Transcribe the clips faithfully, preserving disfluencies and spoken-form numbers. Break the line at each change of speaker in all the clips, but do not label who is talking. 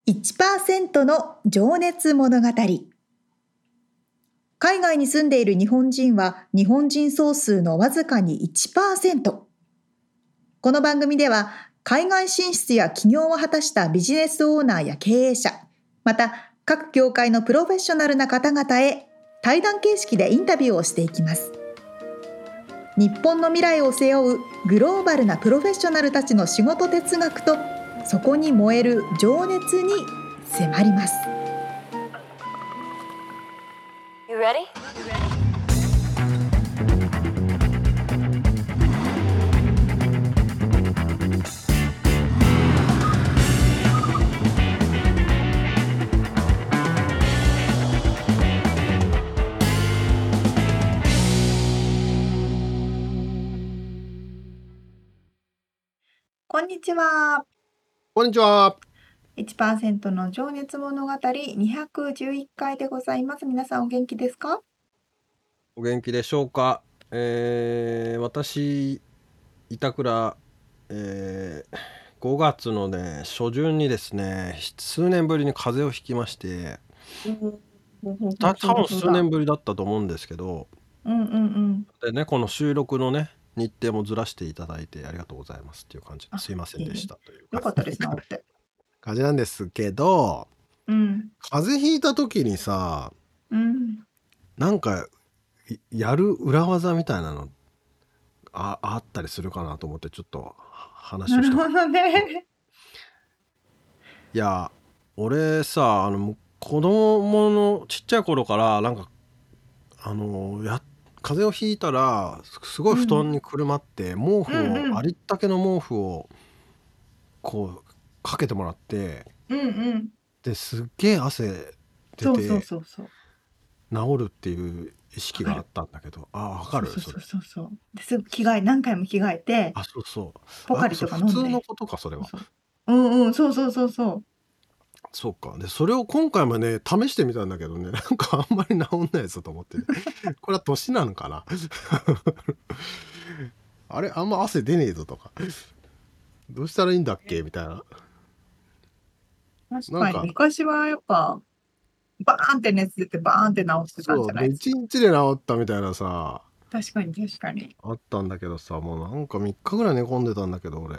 いちパーセント の情熱物語。海外に住んでいる日本人は日本人総数のわずかに いちパーセント。この番組では海外進出や起業を果たしたビジネスオーナーや経営者、また各業界のプロフェッショナルな方々へ対談形式でインタビューをしていきます。日本の未来を背負うグローバルなプロフェッショナルたちの仕事哲学とそこに燃える情熱に迫ります。
You ready?
こんにちは。
こんにちは。
いちパーセント の情熱物語にひゃくじゅういっかいでございます。皆さんお元気ですか？
お元気でしょうか。えー、私板倉、えー、ごがつのね初旬にですね数年ぶりに風邪をひきまして、た多分数年ぶりだったと思うんですけど、
うんうんうん
でねこの収録のね日程もずらしていただいてありがとうございますっていう感じ
あ
ですいませんでしたという
よかったです治って
感じなんですけど、
うん
風邪ひいた時にさ
うん
なんかいやる裏技みたいなのああったりするかなと思ってちょっと話
な
をしたかった。
るほどね
いや俺さあの子供のちっちゃい頃からなんかあのや風邪をひいたらすごい布団にくるまって毛布を、
うんうん
ありったけの毛布をこうかけてもらって
うんうん
ですっげえ汗出
そうそう
て
そうそう
治るっていう意識があったんだけど、あわかる
そうそう
それ。
そうそうですぐ着替え何回も着替えて
あそうそう
ポカリとか飲んで
あそれ普通のことかそれは。
そううんうんそうそうそうそう
そうか。で、それを今回もね、試してみたんだけどね、なんかあんまり治んないぞと思ってね。これは年なのかなあれ、あんま汗出ねえぞとか。どうしたらいいんだっけみたいな。
確かに
なんか、
昔はやっぱバーンって熱出てバーンって治ってたん
そう、で、
じゃないです
一日で治ったみたいなさ、
か。確かに確かに。
あったんだけどさ、もうなんかみっかぐらい寝込んでたんだけど、俺。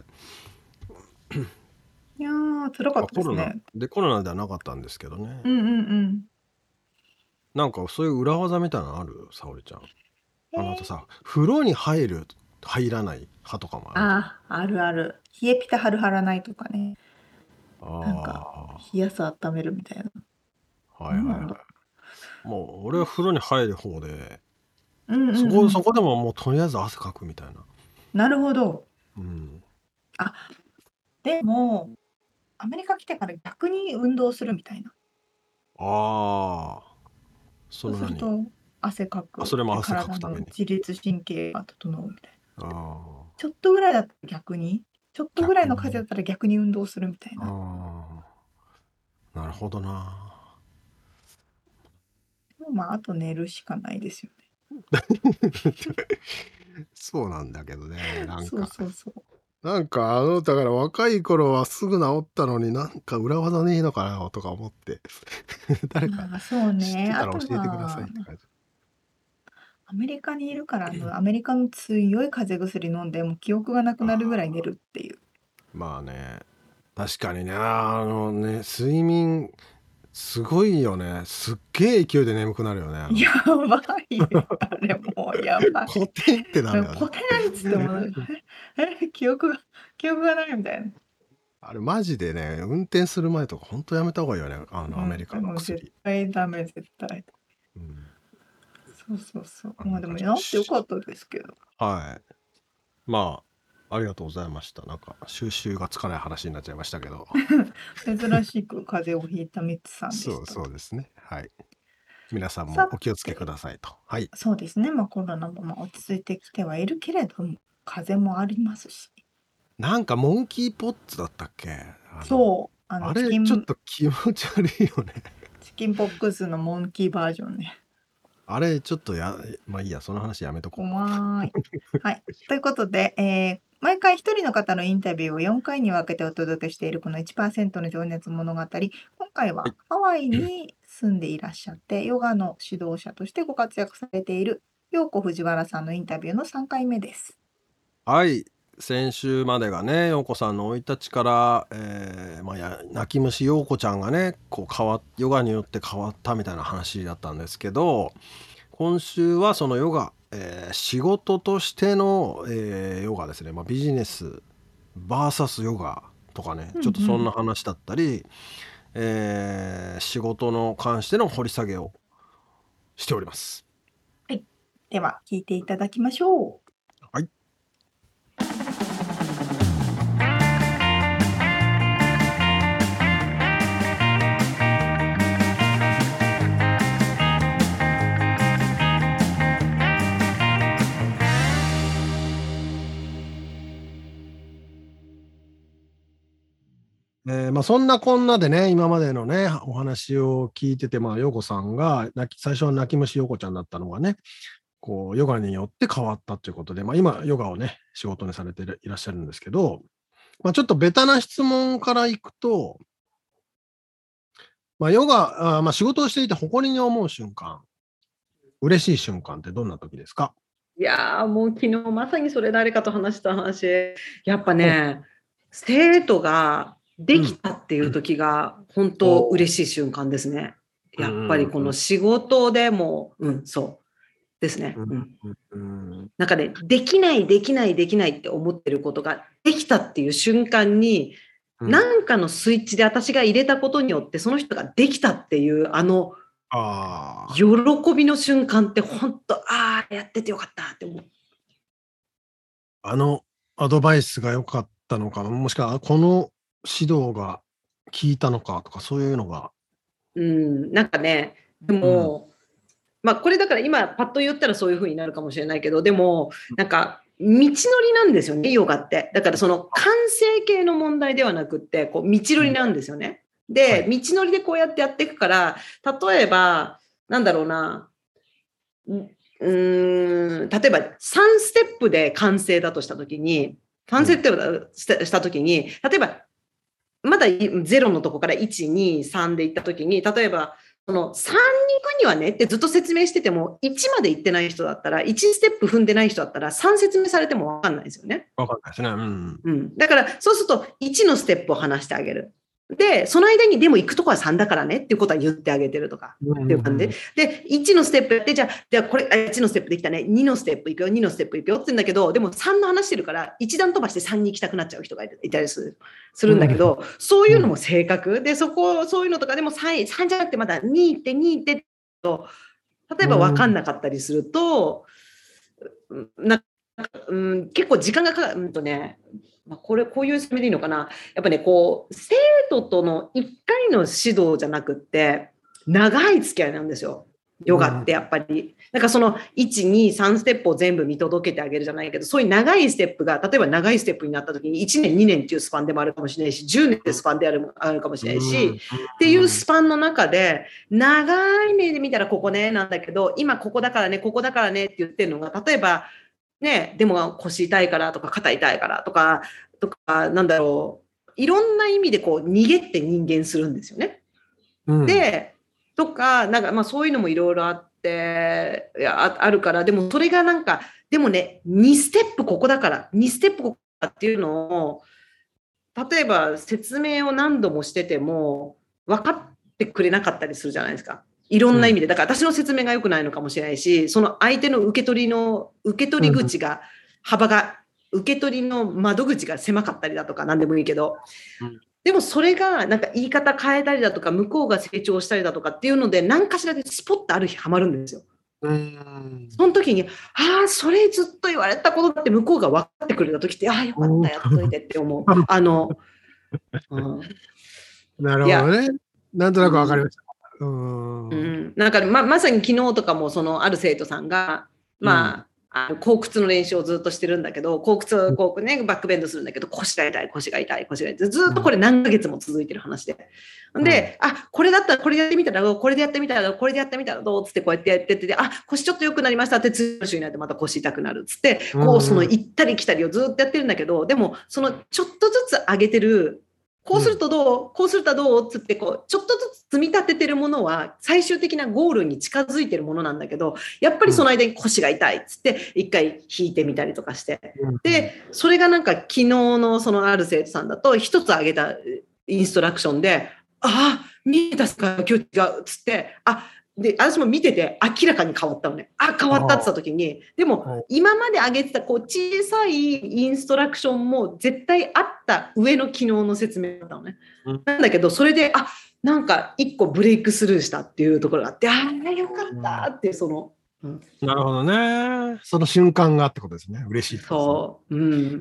いやー辛か
あ、コロナ。
ったですね。
で、コロナではなかったんですけどね。
うんうんうん
なんかそういう裏技みたいなのある沙織ちゃん。
え
あのあとさ、風呂に入る、入らない派とかもあるじゃん。
あああるある冷えピタ貼る貼らないとかねなんか
あ
冷やす温めるみたいな
あ、はいはいはい。
なんだ
もう俺は風呂に入る方で、
うんうん
そこ
うん
そこでももうとりあえず汗かくみたいな。
なるほど
うん。
あでもアメリカ来てから逆に運動するみたいな
ああ、そ
そう
の何？
すると汗か
あ、
く
それも
で
汗かく
体の
ために。
自律神経が整うみたいな
ああ、
ちょっとぐらいだったら逆にちょっとぐらいの風
逆に。
だったら逆に運動するみたいな
ああ、なるほどな。
でもまああと寝るしかないですよね
そうなんだけどね、なん
そう
か。
そうそう
なんかあのだから若い頃はすぐ治ったのになんか裏技ねえのかなとか思って誰か
まあそう
知っ
ね。あと
てたら教えてください
は、
って感じ。
アメリカにいるから、あの、アメリカの強い風邪薬飲んで、もう記憶がなくなるぐらい寝るっていう。
まあね、確かにね、あのね、睡眠すごいよね。すっげえ勢いで眠くなるよね。あの
やばいよ。あれもうやばい。
コテンってなるよね。
コテンっつってもなんか、え、え記憶が、記憶がないみたいな。
あれマジでね、運転する前とかほんとやめた方がいいよね。あのアメリカ
うん、もう絶
の薬。
対ダメ、絶対。
うん、
そうそうそう。
あなん
まあでも治
かちょっと
ってよかったですけど。
はい。まあ、ありがとうございました。なんか収集がつかない話になっちゃいましたけど。
珍しく風邪をひいたミッツさんでした。
そうそうですね。はい。皆さんも
さ
お気をつけくださいと。はい。
そうですね。まあコロナもまあ落ち着いてきてはいるけれども、風邪もありますし。
なんかモンキーポッツだったっけ？あの
そう。あの
あ
チキン
れちょっと気持ち悪いよね。
チキンポックスのモンキーバージョンね。
あれちょっとや、まあいいや、その話やめとこう。
怖い。はい。ということで、えー毎回一人の方のインタビューをよんかいに分けてお届けしているこの いちパーセント の情熱物語。今回はハワイに住んでいらっしゃって、ヨガの指導者としてご活躍されている陽子藤原さんのインタビューのさんかいめです。
はい。先週までがね、陽子さんの生い立ちから、えーまあ、や泣き虫陽子ちゃんがね、こう変わヨガによって変わったみたいな話だったんですけど、今週はそのヨガ、えー仕事としての、えーヨガですね、まあ、ビジネス ブイエス ヨガとかね、ちょっとそんな話だったり、えー仕事の関しての掘り下げをしております。
では聞いていただきましょう。
はい。えーまあ、そんなこんなでね、今までのね、お話を聞いてて、まあ、陽子さんが泣き、最初は泣き虫陽子ちゃんだったのがね、こう、ヨガによって変わったということで、まあ、今、ヨガをね、仕事にされていらっしゃるんですけど、まあ、ちょっとベタな質問からいくと、まあ、ヨガ、あーまあ、仕事をしていて誇りに思う瞬間、嬉しい瞬間ってどんな時ですか？
いやーもう昨日まさにそれ誰かと話した話。やっぱね、生徒ができたっていう時が本当嬉しい瞬間ですね。やっぱりこの仕事でも、うん、そうですね。うん
うん。
なんかね、できないできないできないって思ってることができたっていう瞬間に、
うん
なんかのスイッチで私が入れたことによってその人ができたっていうあの
ああ、
喜びの瞬間って本当、ああやっててよかったって思う。
あのアドバイスが良かったのか、もしくはこの指導が効いたのかとか、そういうのが。
うん、なんかね、でも、まあこれだから今パッと言ったらそういう風になるかもしれないけど、でもなんか道のりなんですよね、ヨガって。だからその完成形の問題ではなくって、こう道のりなんですよね。で、
はい
道のりでこうやってやっていくから、例えば、なんだろうな、うーん、例えばさんステップで完成だとしたときに、さんステップだしたしたときに、例えばまだゼロのとこからいち、に、さんで行ったときに、例えば、そのさんに行くにはねってずっと説明してても、いちまで行ってない人だったら、いちステップ踏んでない人だったら、さん説明されても分かんないですよね。
わかんないですね。うん。
うん。だから、そうすると、いちのステップを話してあげる。で、その間にでも行くとこはさんだからねっていうことは言ってあげてるとか、っていう感じで。で、いちのステップやって、じゃあ、じゃあこれ、いちのステップできたね。にのステップ行くよ、にのステップ行くよって言うんだけど、でもさんの話してるから、いち段飛ばしてさんに行きたくなっちゃう人がいたりするするんだけど、そういうのも性格。で、そこ、そういうのとかでもさん、さんじゃなくてまだに行って、に行ってと、例えば分かんなかったりすると、なんか、うん、結構時間がかかる、うんとね、まあ、これこういう説明でいいのかな。やっぱね、こう生徒とのいっかいの指導じゃなくって長い付き合いなんですよ。ヨガってやっぱり。なんかそのいち、に、さんステップを全部見届けてあげるじゃないけど、そういう長いステップが、例えば長いステップになった時にいちねん、にねんっていうスパンでもあるかもしれないし、じゅうねんっていうスパンであるあるかもしれないし、っていうスパンの中で、長い目で見たらここね、なんだけど、今ここだからね、ここだからねって言ってるのが、例えば、ね、でも腰痛いからとか肩痛いからとか、とか、なんだろう、いろんな意味でこう逃げって人間するんですよね。
うん、
で、とか、なんかまあそういうのもいろいろあって、いや あ, あるから、でもそれがなんか、でもね、にステップここだから、にステップここだっていうのを、例えば説明を何度もしてても、分かってくれなかったりするじゃないですか。いろんな意味で。だから私の説明が良くないのかもしれないし、その相手の受け取りの、受け取り口が、幅が、受け取りの窓口が狭かったりだとか、何でもいいけど。でもそれが、なんか言い方変えたりだとか、向こうが成長したりだとかっていうので、何かしらでスポッとある日ハマるんですよ。
うん
その時に、ああ、それずっと言われたことだって向こうが分かってくれた時って、ああ、よかった、やっといてって思う。あの、うん、
なるほどね。なんとなくわかりました。うん、
うん、なんか ま, まさに昨日とかもそのある生徒さんが、まああの後屈の練習をずっとしてるんだけど、後屈をこう、ね、バックベンドするんだけど、腰が痛い、腰が痛い、腰が痛い。ずっとこれ何ヶ月も続いてる話で。で、うん、あ、これだったらこれでやってみたら、これでやってみたら、これでやってみたらどうつってこうやってやってて、あ、腰ちょっと良くなりましたって次の週になってまた腰痛くなるつって、こうその行ったり来たりをずっとやってるんだけど、でもそのちょっとずつ上げてる、こうするとどう、うん、こうするとどうつってこうちょっとずつ積み立ててるものは最終的なゴールに近づいてるものなんだけど、やっぱりその間に腰が痛いっつって一回引いてみたりとかして、でそれがなんか昨日のそのある生徒さんだと一つ上げたインストラクションで、ああ見えたすか今日違うっつって、あで私も見てて明らかに変わったのね。あ変わったって言った時に、でも今まで上げてたこう小さいインストラクションも絶対あった上の機能の説明だったのね。うん、なんだけどそれであなんか一個ブレイクスルーしたっていうところがあって、ああよかったっていうその、
うん、なるほどね。その瞬間がってことですね。嬉しいですね。
そう、うん、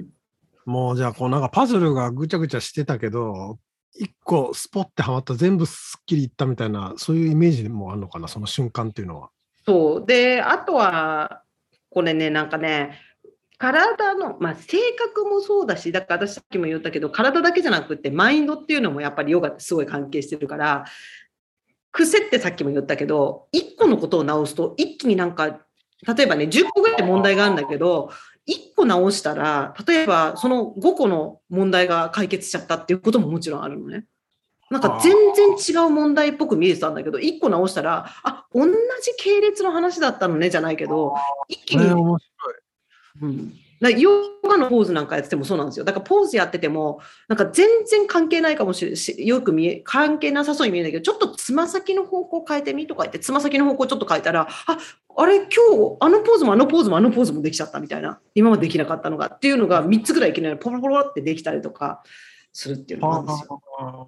もうじゃあこうなんかパズルがぐちゃぐちゃしてたけど。一個スポッてはまった全部すっきりいったみたいなそういうイメージもあるのかなその瞬間っていうのは。
そうであとはこれねなんかね体の、まあ、性格もそうだしだから私さっきも言ったけど体だけじゃなくってマインドっていうのもやっぱりヨガってすごい関係してるから癖ってさっきも言ったけどいっこのことを直すと一気になんか例えばねじゅっこぐらい問題があるんだけどいっこ直したら例えばそのごこの問題が解決しちゃったっていうことももちろんあるのね。なんか全然違う問題っぽく見えてたんだけどいっこ直したらあ同じ系列の話だったのねじゃないけど一気に、面白い、うん、だヨガのポーズなんかやっててもそうなんですよ。だからポーズやっててもなんか全然関係ないかもしれないよく見え関係なさそうに見えないけどちょっとつま先の方向変えてみとか言ってつま先の方向ちょっと変えたらああれ今日あのポーズもあのポーズもあのポーズもできちゃったみたいな今までできなかったのがっていうのがみっつぐらいいきなりポロポロってできたりとかするっていうのがあるんですよ。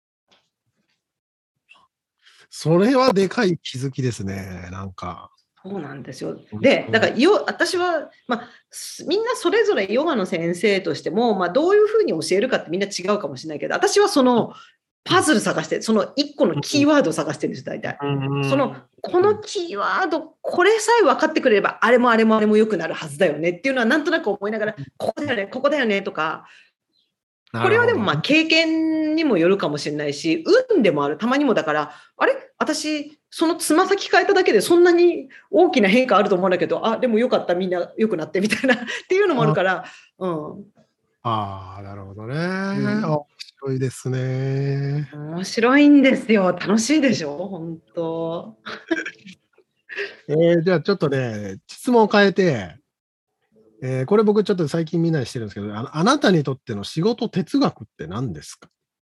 それはでかい気づきですね。なんか。
そうなんですよ。で、だからよ私は、まあ、みんなそれぞれヨガの先生としても、まあ、どういうふうに教えるかってみんな違うかもしれないけど、私はそのパズル探して、そのいっこのキーワードを探してるんです、大体。その、このキーワード、これさえ分かってくれれば、あれもあれもあれも良くなるはずだよねっていうのは、なんとなく思いながら、ここだよね、ここだよねとか、これはでもまあ経験にもよるかもしれないし運でもある。たまにもだからあれ私そのつま先変えただけでそんなに大きな変化あると思うんだけどあでもよかったみんな良くなってみたいなっていうのもあるから、うん、
ああなるほどね、うん、面白いですね。
面白いんですよ。楽しいでしょ本当
えー、じゃあちょっとね質問を変えてえー、これ僕ちょっと最近みんなにしてるんですけど、あ、あなたにとっての仕事哲学って何ですか？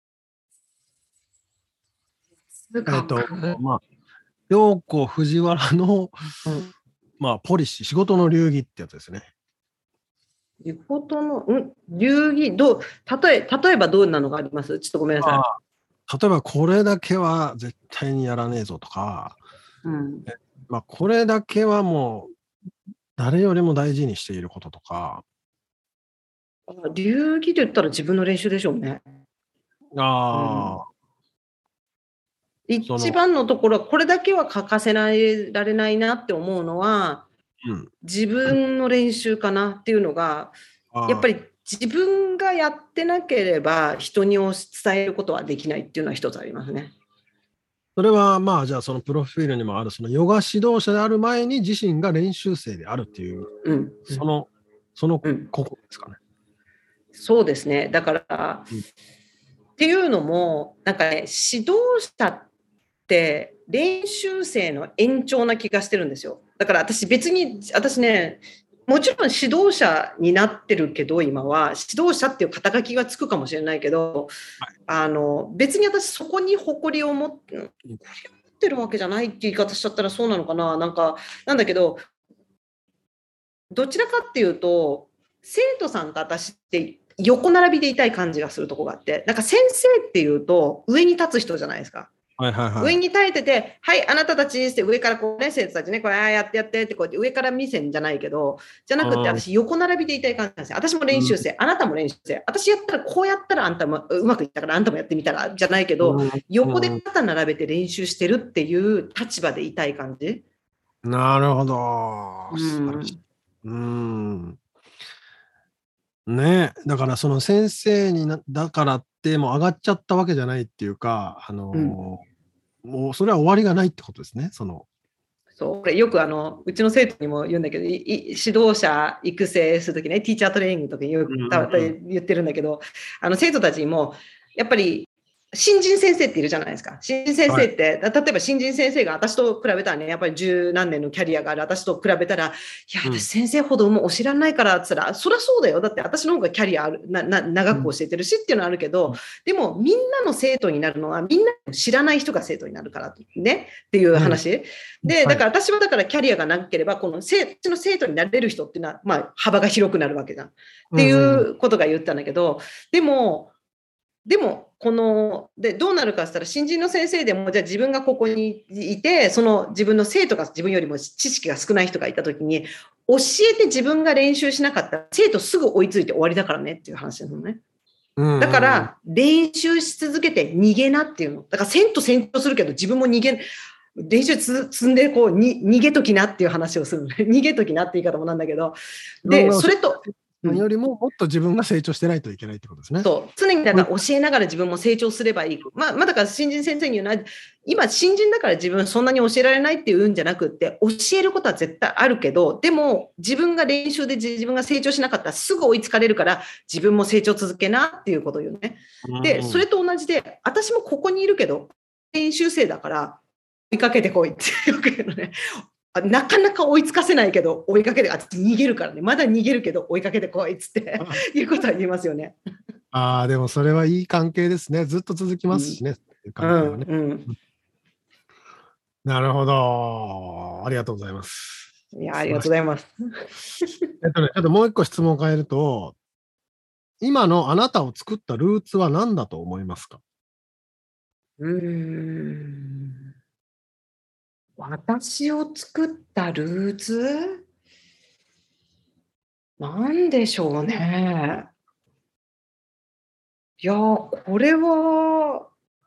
えっと、まあ、陽子藤原の、うん、まあ、ポリシー、仕事の流儀ってやつですね。
仕事の、ん流儀、どう、例え、例えばどんなのがあります？ちょっとごめんなさい。
例えば、これだけは絶対にやらねえぞとか、うん、まあ、これだけはもう、誰よりも大事にしていることとか。
流儀で言ったら自分の練習でしょうね。
ああ、
うん、一番のところはこれだけは欠かせられないなって思うのは、うん、自分の練習かなっていうのがやっぱり自分がやってなければ人に伝えることはできないっていうのは一つありますね。
それはまあじゃあそのプロフィールにもあるそのヨガ指導者である前に自身が練習生であるっていう、うん、そのそのここですかね、
うん。そうですね。だから、うん、っていうのもなんかね指導者って練習生の延長な気がしてるんですよ。だから私別に私ねもちろん指導者になってるけど今は指導者っていう肩書きがつくかもしれないけど、はい、あの別に私そこに誇りを持って誇りを持ってるわけじゃないって言い方しちゃったらそうなのかななんかなんだけどどちらかっていうと生徒さんと私って横並びでいたい感じがするところがあってなんか先生っていうと上に立つ人じゃないですか。はいはいはい、上に立てて、はい、あなたたちって上からこうね、生徒たちね、これあやってやってってこうやって上から見せんじゃないけど、じゃなくて私横並びでいたい感じなんですよ。私も練習生、うん、あなたも練習生。私やったらこうやったらあんたもうまくいったからあんたもやってみたらじゃないけど、うん、横で肩並べて練習してるっていう立場でいたい感じ。
なるほど。うん、 うーん。ねえ、だからその先生になだからってもう上がっちゃったわけじゃないっていうか、あの、
うん。
もうそれは終わりがないってことですね、その。
そう、これよくあの、うちの生徒にも言うんだけど、いい指導者育成するときね、ティーチャートレーニングのときによく
うんうん
たた
うん。
言ってるんだけど、あの生徒たちにも、やっぱり新人先生っているじゃないですか。新人先
はい。
生って、例えば新人先生が私と比べたらね、やっぱり十何年のキャリアがある私と比べたら、いや、
うん。
私先生ほどもう教えられないからって言ったら、そりゃそうだよ。だって私の方がキャリアある、なな長く
うん。
教えてるしっていうのはあるけど、でもみんなの生徒になるのは、みんな知らない人が生徒になるからねっていう
うん。
話。で、
はい。
だから私はだからキャリアがなければ、この生の生徒になれる人っていうのは、まあ、幅が広くなるわけじゃん。ってい
うんうんうん。
うことが言ったんだけど、でも、でも、この、で、どうなるかって言ったら、新人の先生でも、じゃあ自分がここにいて、その自分の生徒が自分よりも知識が少ない人がいたときに、教えて自分が練習しなかったら、生徒すぐ追いついて終わりだからねっていう話なのね。
うん
だか
うんうん。
ら、練習し続けて逃げなっていうの。だから、千と千尋するけど、自分も逃げ、練習つ積んで、こう、に、逃げときなっていう話をするのね。逃げときなって言い方もなんだけど。で、
自分が教
それと、
え
うん。
たよりも、もっと自分が成長してないといけないってことですね。
そう。常にだ
追い
から教えながら自分も成長すればいい。まあ、まあだから新人先生に言うのは、今新人だから自分そんなに教えられないっていうんじゃなくって、教えることは絶対あるけど、でも自分が練習で自分が成長しなかったらすぐ追いつかれるから、自分も成長続けなっていうことを言うね。で、それと同じで、私もここにいるけど、練習生だから追いかけてこいってよく言うのね。なかなか追いつかせないけど、追いかけて、あ、逃げるからね。まだ逃げるけど、追いかけてこいっつって、いうことは言いますよね。
ああ、でもそれはいい関係ですね。ずっと続きますしね、そういう
うん、
関係はね。
うん。
うん。なるほど。ありがとうございます。
いや、ありが
素晴らしい。
とうございます。
えっとね、ちょっともう一個質問を変えると、今のあなたを作ったルーツは何だと思いますか？
うーん。私を作ったルーツなんでしょうね。いや、これは、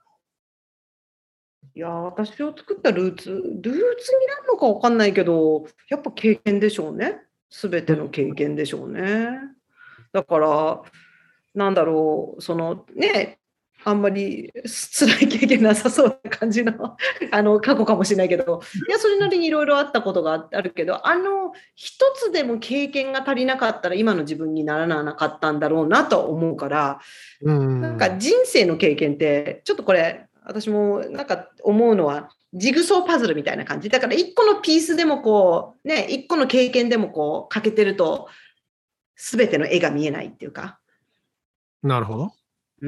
いや、私を作ったルーツルーツになるのかわかんないけど、やっぱ経験でしょうね。すべての経験でしょうね。だから、なんだろう、そのね、あんまり辛い経験なさそうな感じのあの過去かもしれないけど、いや、それなりにいろいろあったことがあるけど、あの一つでも経験が足りなかったら今の自分にならなかったんだろうなと思うから、
う
なんか
ん。
人生の経験って、ちょっとこれ、私もなんか思うのは、ジグソーパズルみたいな感じ。だから一個のピースでもこう、ね、一個の経験でもこう、欠けてると、すべての絵が見えないっていうか。
なるほど。
うん、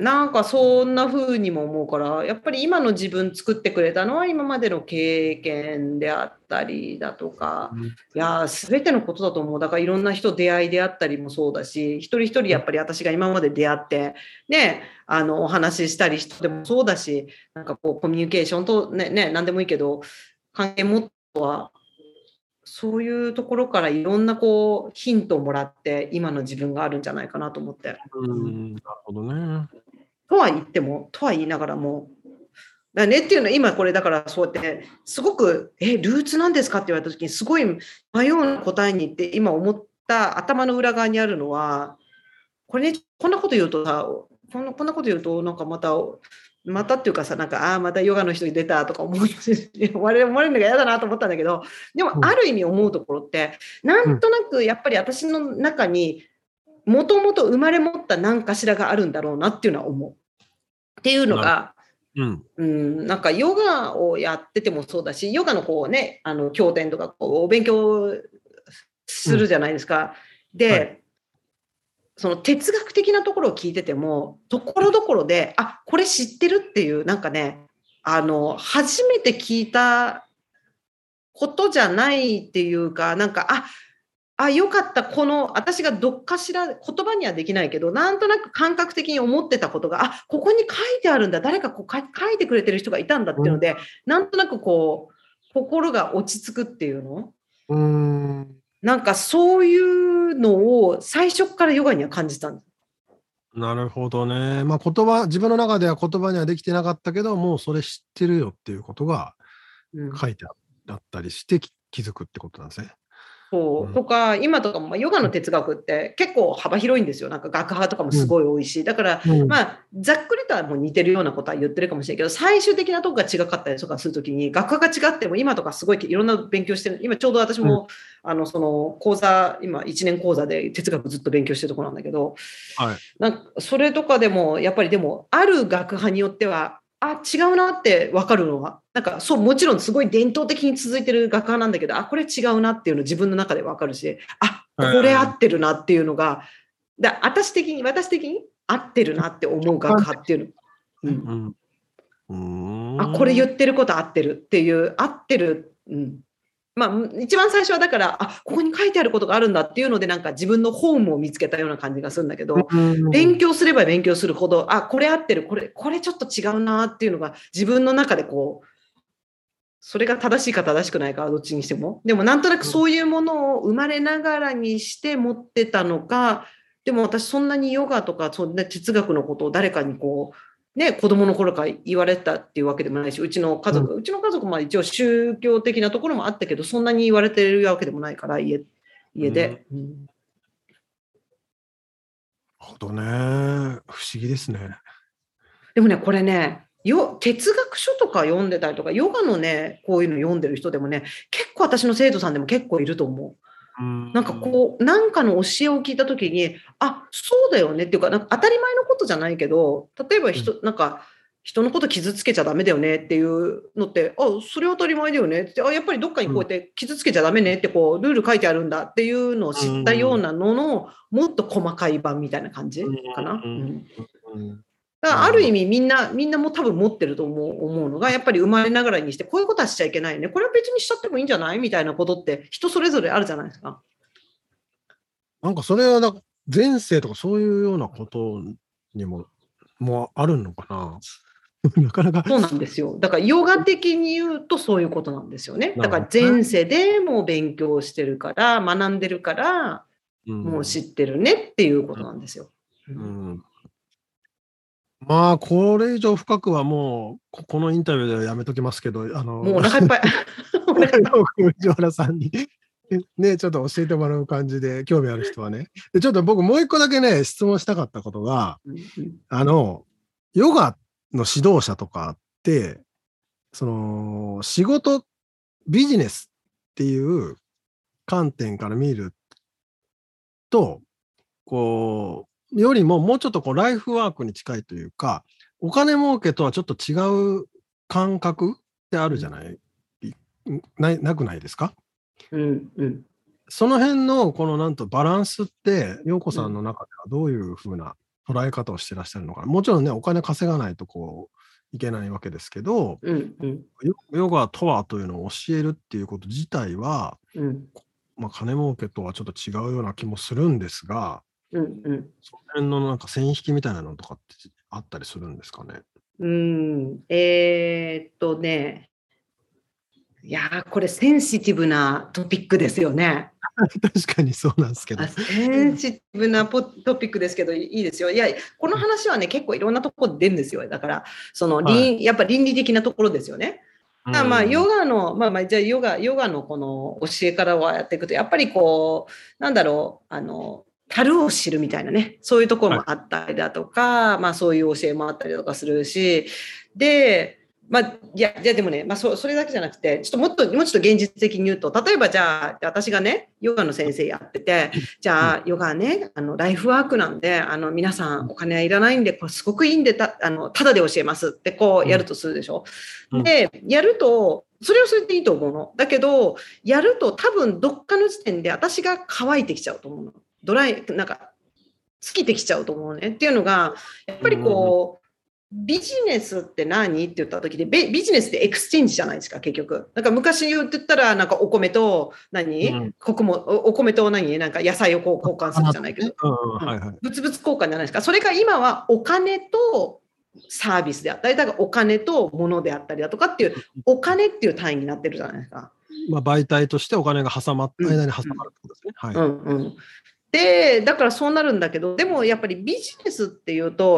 なんかそんな風にも思うから、やっぱり今の自分作ってくれたのは今までの経験であったりだとか、
うん。
いやー、すべてのことだと思う。だからいろんな人出会いであったりもそうだし、一人一人やっぱり私が今まで出会って、ね、あの、お話ししたり人でもそうだし、なんかこうコミュニケーションとね、ね、何でもいいけど、関係もっとは、そういうところからいろんなこうヒントをもらって今の自分があるんじゃないかなと思って。
うーん、なるほどね。
とは言っても、とは言いながらも、だねっていうのは今これだからそうやってすごくえルーツなんですかって言われた時にすごい迷う答えに行って今思った頭の裏側にあるのはこれねこんなこと言うとさこんなこんなこと言うとなんかまたまたっていうかさなんかああまたヨガの人に出たとか思うし思われるのが嫌だなと思ったんだけどでもある意味思うところってなんとなくやっぱり私の中にもともと生まれ持った何かしらがあるんだろうなっていうのは思う。っていうの
なる
が
うん。
うん、なんかヨガをやっててもそうだし、ヨガのこうね、あの経典とかこうお勉強
うん。
するじゃないですか。
はい。
で、その哲学的なところを聞いてても、ところどころで、あ、これ知ってるっていう、なんかね、あの、初めて聞いたことじゃないっていうか、なんか、あ、あ、よかった、この、私がどっかしら、言葉にはできないけど、なんとなく感覚的に思ってたことが、あ、ここに書いてあるんだ、誰かこう書いてくれてる人がいたんだっていうので、なんとなくこう、心が落ち着くっていうの
うーん。
なんかそういうのを最初からヨガには感じたんです。
なるほどね。ま、言葉自分の中では言葉にはできてなかったけど、もうそれ知ってるよっていうことが
うん。
書いてああったりして、き気づくってことなんですね。
そう、とか、今とかも、まあ、ヨガの哲学って結構幅広いんですよ。なんか学派とかもすごい多いし。だから、
うん
まあ、ざっくりとはもう似てるようなことは言ってるかもしれないけど、最終的なとこが違かったりとかするときに、学派が違っても、今とかすごいいろんな勉強してる。今ちょうど私も、あの、その講座、今いちねん講座で哲学ずっと勉強してるところなんだけど、
はい。
なんかそれとかでも、やっぱりでも、ある学派によっては、あ、違うなって分かるのは、なんかそう、もちろんすごい伝統的に続いてる学派なんだけど、あ、これ違うなっていうの自分の中で分かるし、あ、これ合ってるなっていうのが、だ私的に、私的に合ってるなって思う学派っていうの。うん
うん。うーん
あ、これ言ってること合ってるっていう、合ってる。うんまあ、一番最初はだから、あ、ここに書いてあることがあるんだっていうので、なんか自分のホームを見つけたような感じがするんだけど、勉強すれば勉強するほど、あ、これ合ってる、これ、これちょっと違うなっていうのが自分の中でこう、それが正しいか正しくないかはどっちにしても。でもなんとなくそういうものを生まれながらにして持ってたのか、でも私そんなにヨガとかそんな哲学のことを誰かにこう、ね、子供の頃から言われたっていうわけでもないし、うちの家族、うん、うちの家族も一応宗教的なところもあったけど、そんなに言われてるわけでもないから、家、家で。うん。なる
ほどね。不思議ですね。
でもね、これね、よ哲学書とか読んでたりとか、ヨガのね、こういうの読んでる人でもね、結構私の生徒さんでも結構いると思う。なんかこう、なんかの教えを聞いたときに、あ、そうだよねっていうか、なんか当たり前のことじゃないけど、例えば人、なんか、人のこと傷つけちゃダメだよねっていうのって、あ、それは当たり前だよねって、あ、やっぱりどっかにこうやって傷つけちゃダメねってこう、ルール書いてあるんだっていうのを知ったようなのの、もっと細かい版みたいな感じかな。うんだからある意味みんな、みんなも多分持ってると思う、思うのが、やっぱり生まれながらにして、こういうことはしちゃいけないよね。これは別にしちゃってもいいんじゃないみたいなことって人それぞれあるじゃないですか。
なんかそれはだ前世とかそういうようなことにも、もあるのかななかなか。
そうなんですよ。だからヨガ的に言うとそういうことなんですよね。だから前世でもう勉強してるから、学んでるから、もう知ってるねっていうことなんですよ。うんうん
うんまあ、これ以上深くはもう、ここのインタビューではやめときますけど、あの、
もうお腹いっぱい。
藤原さんにね、ちょっと教えてもらう感じで、興味ある人はね。で、ちょっと僕もう一個だけね、質問したかったことが、あの、ヨガの指導者とかって、その、仕事、ビジネスっていう観点から見ると、こう、よりももうちょっとこうライフワークに近いというか、お金儲けとはちょっと違う感覚ってあるじゃない、うん、な, なくないですか、
うんうん、
その辺のこのなんとバランスって陽子さんの中ではどういうふうな捉え方をしてらっしゃるのかな。もちろんねお金稼がないとこういけないわけですけど、
うんうん、
ヨガとはというのを教えるっていうこと自体は、
うん
まあ、金儲けとはちょっと違うような気もするんですが、
うんうん、
その辺のなんか線引きみたいなのとかってあったりするんですかね。
うん、えー、っとね、いやー、これセンシティブなトピックですよね。
確かにそうなんですけど。
センシティブなトピックですけど、いいですよ。いや、この話はね、結構いろんなところで出るんですよ。だから、その、はい、やっぱ倫理的なところですよね。だまあ、ヨガの、まあまあ、じゃあヨガ、ヨガのこの教えからはやっていくと、やっぱりこう、なんだろう、あの、樽を知るみたいなね、そういうところもあったりだとか、はい、まあそういう教えもあったりとかするし、で、まあ、いや、じゃあでもね、まあそ、それだけじゃなくて、ちょっともっと、もうちょっと現実的に言うと、例えばじゃあ、私がね、ヨガの先生やってて、じゃあ、ヨガね、あの、ライフワークなんで、あの、皆さんお金はいらないんで、これすごくいいんで、た、あの、ただで教えますってこうやるとするでしょ。で、やると、それはそれでいいと思うの。だけど、やると多分どっかの時点で私が乾いてきちゃうと思うの。ドライ、なんか、尽きてきちゃうと思うね。っていうのが、やっぱりこう、ビジネスって何って言った時で、ビジネスってエクスチェンジじゃないですか、結局。なんか昔言ってたら、なんかお米と何、うん、ここもお米と何なんか野菜をこう交換するじゃないけど、物々交換じゃないですか。それが今はお金とサービスであったり、だからお金と物であったりだとかっていう、お金っていう単位になってるじゃないですか。
まあ、媒体としてお金が挟まっ、うん、間に挟まるってことですね。はい。うん
うんで、だからそうなるんだけど、でもやっぱりビジネスっていうと、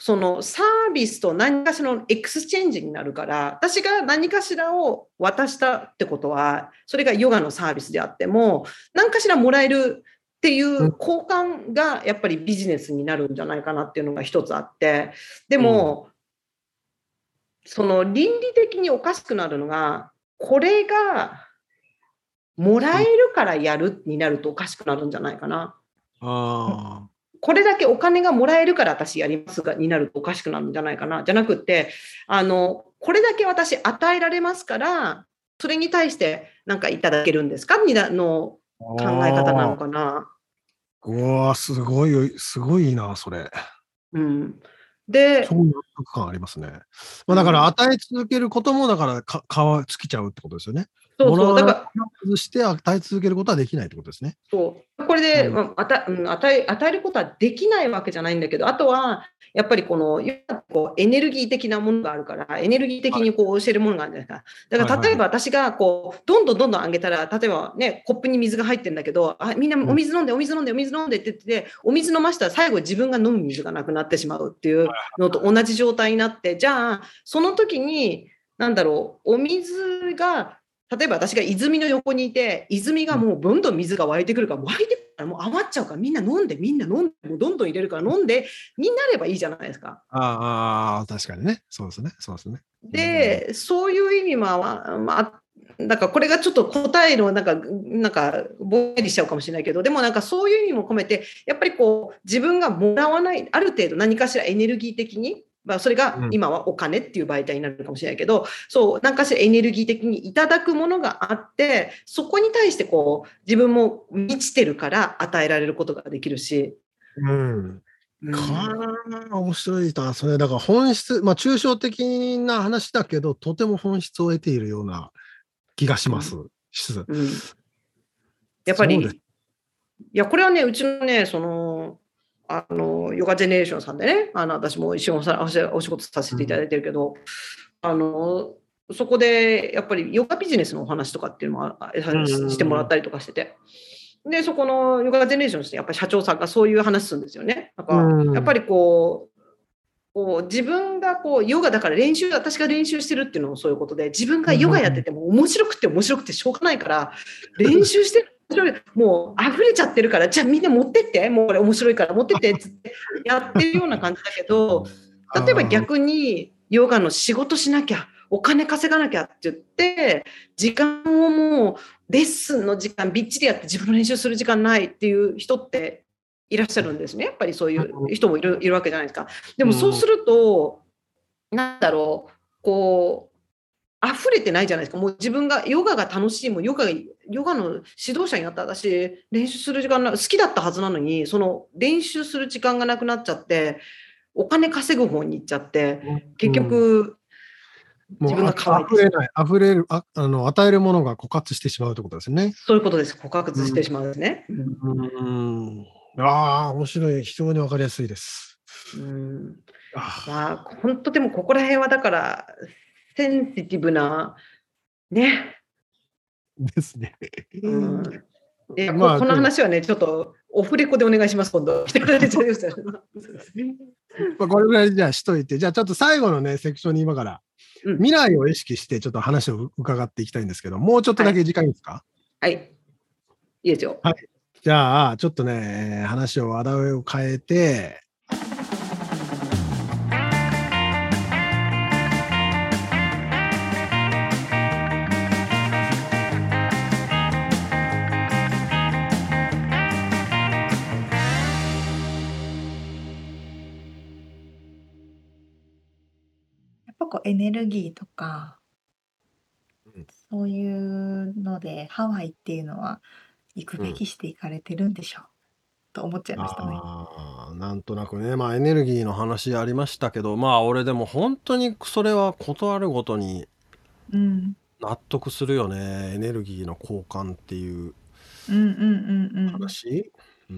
そのサービスと何かしらのエクスチェンジになるから、私が何かしらを渡したってことは、それがヨガのサービスであっても、何かしらもらえるっていう交換がやっぱりビジネスになるんじゃないかなっていうのが一つあって、でも、うん、その倫理的におかしくなるのが、これがもらえるからやるになるとおかしくなるんじゃないかな。あ、これだけお金がもらえるから私やりますがになるとおかしくなるんじゃないかな。じゃなくって、あのこれだけ私与えられますから、それに対して何かいただけるんですかみたいなの考え方なのかな。
うわー、すごい、すごいな、それ。
うん。で、
そういう納得感ありますね。まあ、だから与え続けることも、だからか、か尽きちゃうってことですよね。
そうそう、だから、
崩して与え続けることはできないってことですね。
そう。これで、うんまあ、与え、与え、与えることはできないわけじゃないんだけど、あとは、やっぱりこの、こうエネルギー的なものがあるから、エネルギー的にこう教えるものがあるじゃないですか。だから、例えば私が、こう、どんどんどんどんあげたら、例えばね、コップに水が入ってるんだけど、あ、みんなお水飲んで、お水飲んで、お水飲んでって言ってて、お水飲ましたら最後自分が飲む水がなくなってしまうっていうのと同じ状態になって、じゃあ、その時に、なんだろう、お水が、例えば私が泉の横にいて、泉がもうどんどん水が湧いてくるから、湧いてくるからもう余っちゃうから、みんな飲んで、みんな飲んで、もうどんどん入れるから飲んで、になればいいじゃないですか。
ああ、確かにね。そうですね。そうですね。
で、うん、そういう意味は、まあ、だからこれがちょっと答えのなんか、なんか、ぼんやりしちゃうかもしれないけど、でもなんかそういう意味も込めて、やっぱりこう、自分がもらわない、ある程度何かしらエネルギー的に、まあ、それが今はお金っていう媒体になるかもしれないけど、うん、そう、なんかしらエネルギー的にいただくものがあって、そこに対してこう、自分も満ちてるから与えられることができるし。
うん。うん、かー、面白いな。それだから本質、まあ抽象的な話だけど、とても本質を得ているような気がします。うんうん、
やっぱり、いや、これはね、うちのね、その、あの、ヨガジェネレーションさんでね、あの、私も一緒にお仕事させていただいてるけど、うん、あの、そこでやっぱりヨガビジネスのお話とかっていうのもしてもらったりとかしてて、で、そこのヨガジェネレーションして、やっぱり社長さんがそういう話するんですよね。なんか、やっぱりこう、こう自分がこうヨガだから練習、私が練習してるっていうのもそういうことで、自分がヨガやってても面白くて面白くてしょうがないから、練習してる。もう溢れちゃってるから、じゃあみんな持ってって、もうこれ面白いから持ってってってやってるような感じだけど、例えば逆にヨガの仕事しなきゃ、お金稼がなきゃって言って、時間をもうレッスンの時間びっちりやって自分の練習する時間ないっていう人っていらっしゃるんですね。やっぱりそういう人もいる、いるわけじゃないですか。でもそうすると、なんだろう、こう、溢れてないじゃないですか。もう自分がヨガが楽しい、もうヨガ、ヨガの指導者になった私、練習する時間な好きだったはずなのに、その練習する時間がなくなっちゃって、お金稼ぐ方に行っちゃって、結局、
うん、自分が可愛いです。溢れない、溢れる、あ、あの、与えるものが枯渇してしまうということですね。
そういうことです。枯渇してしまうんですね。
うん。うん、ああ、面白い。非常にわかりやすいです。
うん。まあ、本当でもここら辺はだから、センシティブな、ね。
ですね。
うん。で、まあ、この話はね、ちょっとオフレコでお願いします、今度。
まあこれぐらいじゃあしといて、じゃあちょっと最後のね、セクションに今から、うん、未来を意識してちょっと話を伺っていきたいんですけど、もうちょっとだけ時間いいですか？
はい。はい、いいですよ。
はい。じゃあ、ちょっとね、話を話題を変えて、
エネルギーとか、うん、そういうのでハワイっていうのは行くべきして行かれてるんでしょう、うん、と思っちゃいましたね。
あ、なんとなくね、まあエネルギーの話ありましたけど、まあ俺でも本当にそれはことあるごとに納得するよね、うん、エネルギーの交換っていう話。うん。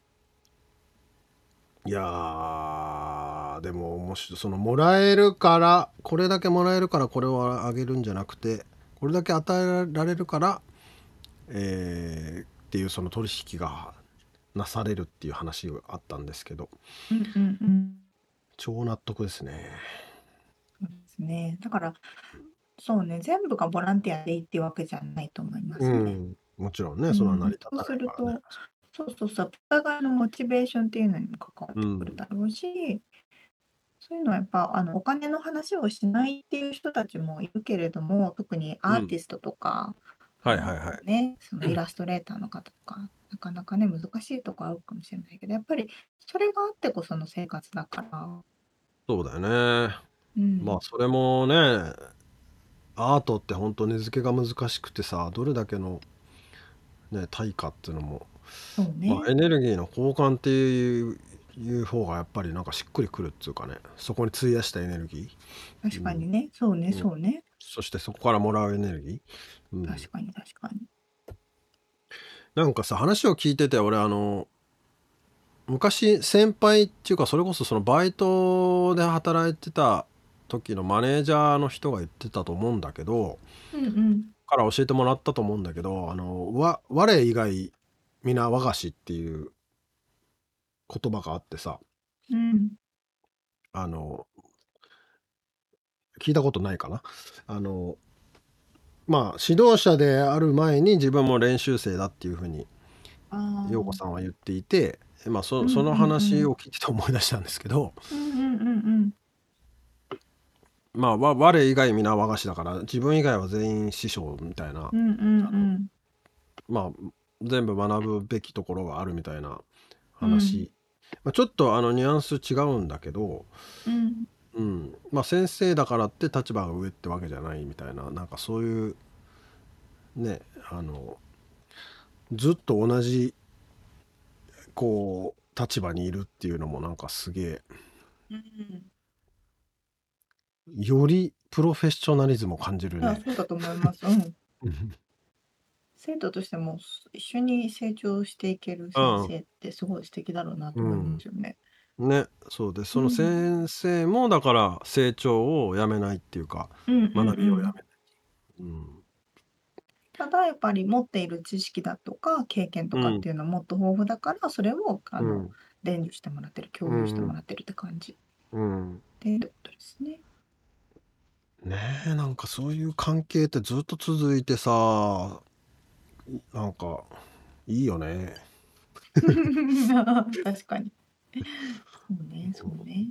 いやー、でも面白い。そのもらえるから、これだけもらえるからこれをあげるんじゃなくて、これだけ与えられるから、えー、っていうその取引がなされるっていう話があったんですけど、
うんうんうん、
超納得ですね。
そうですね。だから、そうね、全部がボランティアでいいっていうわけじゃないと思いますね。
うん。もちろんね、
う
それは成り
ん、
立
そうする
たないからね。
と、そうそうそう、お互いのモチベーションっていうのにも関わっ
う
てくる
ん。
だろうし、そういうのはやっぱあのお金の話をしないっていう人たちもいるけれども、特にアー
うん。
ティストとか、あ
はいはいは
の
い。
ね、そのイラストレーターの方とか、なかなかね、難しいとこあるかもしれないけど、やっぱりそれがあってこその生活だから。
そうだよね。
う
まあ
ん。
それもね、アートって本当値付けが難しくてさ、どれだけの、ね、対価っていうのも、
そう
まあ、
ね。
エネルギーの交換っていういう方がやっぱりなんかしっくりくるっていうかね、そこに費やしたエネルギー、うん
確かにね。そうね、
うん、
そうね。
そしてそこからもらうエネルギー、うん、
確かに確かに。
なんかさ話を聞いてて俺あの昔先輩っていうかそれこそそのバイトで働いてた時のマネージャーの人が言ってたと思うんだけど、
うんうん。
から教えてもらったと思うんだけど、あのわ我以外皆我が師っていう言葉があってさ、
うん。
あの聞いたことないかな。あのまあ指導者である前に自分も練習生だっていうふうに
あ
陽子さ
あ。
んは言っていて、まあ、
う
そ
んうんう
その話
ん。
を聞いてて思い出したんですけど、
うんうんうんうん。
まあわ我以外皆我が師だから自分以外は全員師匠みたいな、
うんうんうん。
まあ全部学ぶべきところがあるみたいな
うん
話、まあ、ちょっとあのニュアンス違うんだけど、
うん
うんまあ、先生だからって立場が上ってわけじゃないみたいな、なんかそういうね、あのずっと同じこう立場にいるっていうのもなんかすげえ
うん
よりプロフェッショナリズムを感じる
いや、
ね。
そうだと思います。うん。
うん
生徒としても一緒に成長していける先生ってすごい素敵だろうなと思いますよね。
ね、そうでその
うん。
先生もだから成長をやめないっていうか
うんうん
学びをや
うん。
めない、うん
ただやっぱり持っている知識だとか経験と
うん
かっていうのはもっと豊富だから、それをあの
うん
伝授してもらってる、
う
共有しても
ん
らってるって感じ
うん
でってことですね。
ねえ、なんかそういう関係ってずっと続いてさ、なんかいいよね。
確かに。そうね、そうね。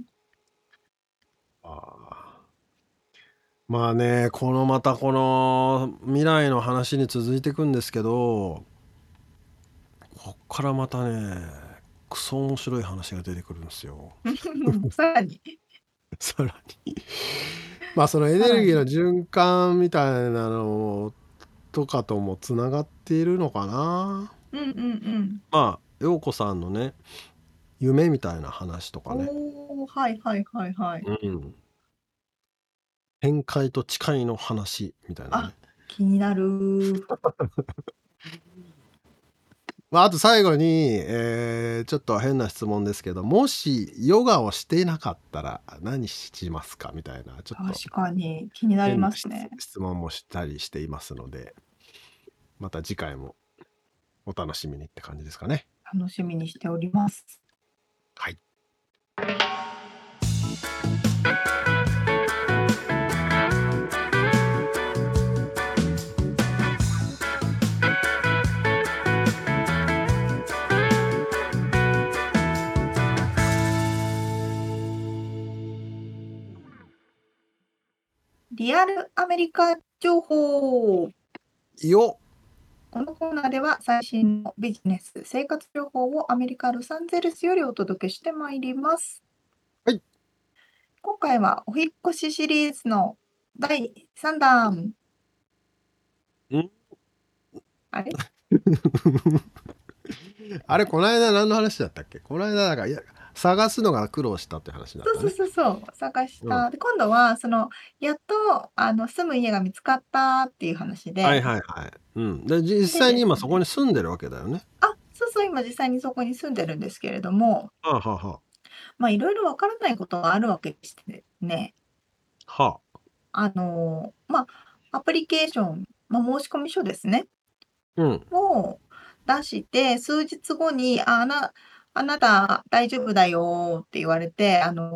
あーまあね、このまたこの未来の話に続いていくんですけど、こっからまたねクソ面白い話が出てくるんですよ。
さらに、
さらにまあそのエネルギーの循環みたいなのとかともつながっているのかな。
うんうんうん。
まあ陽子さんのね夢みたいな話とかね、
おお、はいはいはいはい。
うん、展開と誓いの話みたいなね。
あ、気になる。
まあ、あと最後に、えーちょっと変な質問ですけど、もしヨガをしていなかったら何しますかみたいな、ちょっと
確かに気になり
変な質
ますね。
質問もしたりしていますので、また次回もお楽しみにって感じですかね。
楽しみにしております。
はい。
リアルアメリカ情報。
よ
このコーナーでは最新のビジネス、生活情報をアメリカ・ロサンゼルスよりお届けしてまいります。
はい。
今回はお引っ越しシリーズのだいさんだん。
ん
あれ
あれこの間何の話だったっけ？この間だからいや探すのが苦労したって話だった
そう
ね。
そうそうそう、探し
うん
た。で、今度は、その、やっと、あの、住む家が見つかったっていう話で、
はいはいはい。うん。で実際に今そこに住んでるわけだよね。
あ、そうそう、今実際にそこに住んでるんですけれども、
はあはあは
まあ、いろいろわからないことがあるわけでしてね、
あ。は
あの、まあ、アプリケーション、まあ、申込書ですね、
あ。うん。
を出して、数日後に、あ、あな、あなた大丈夫だよって言われて、あの、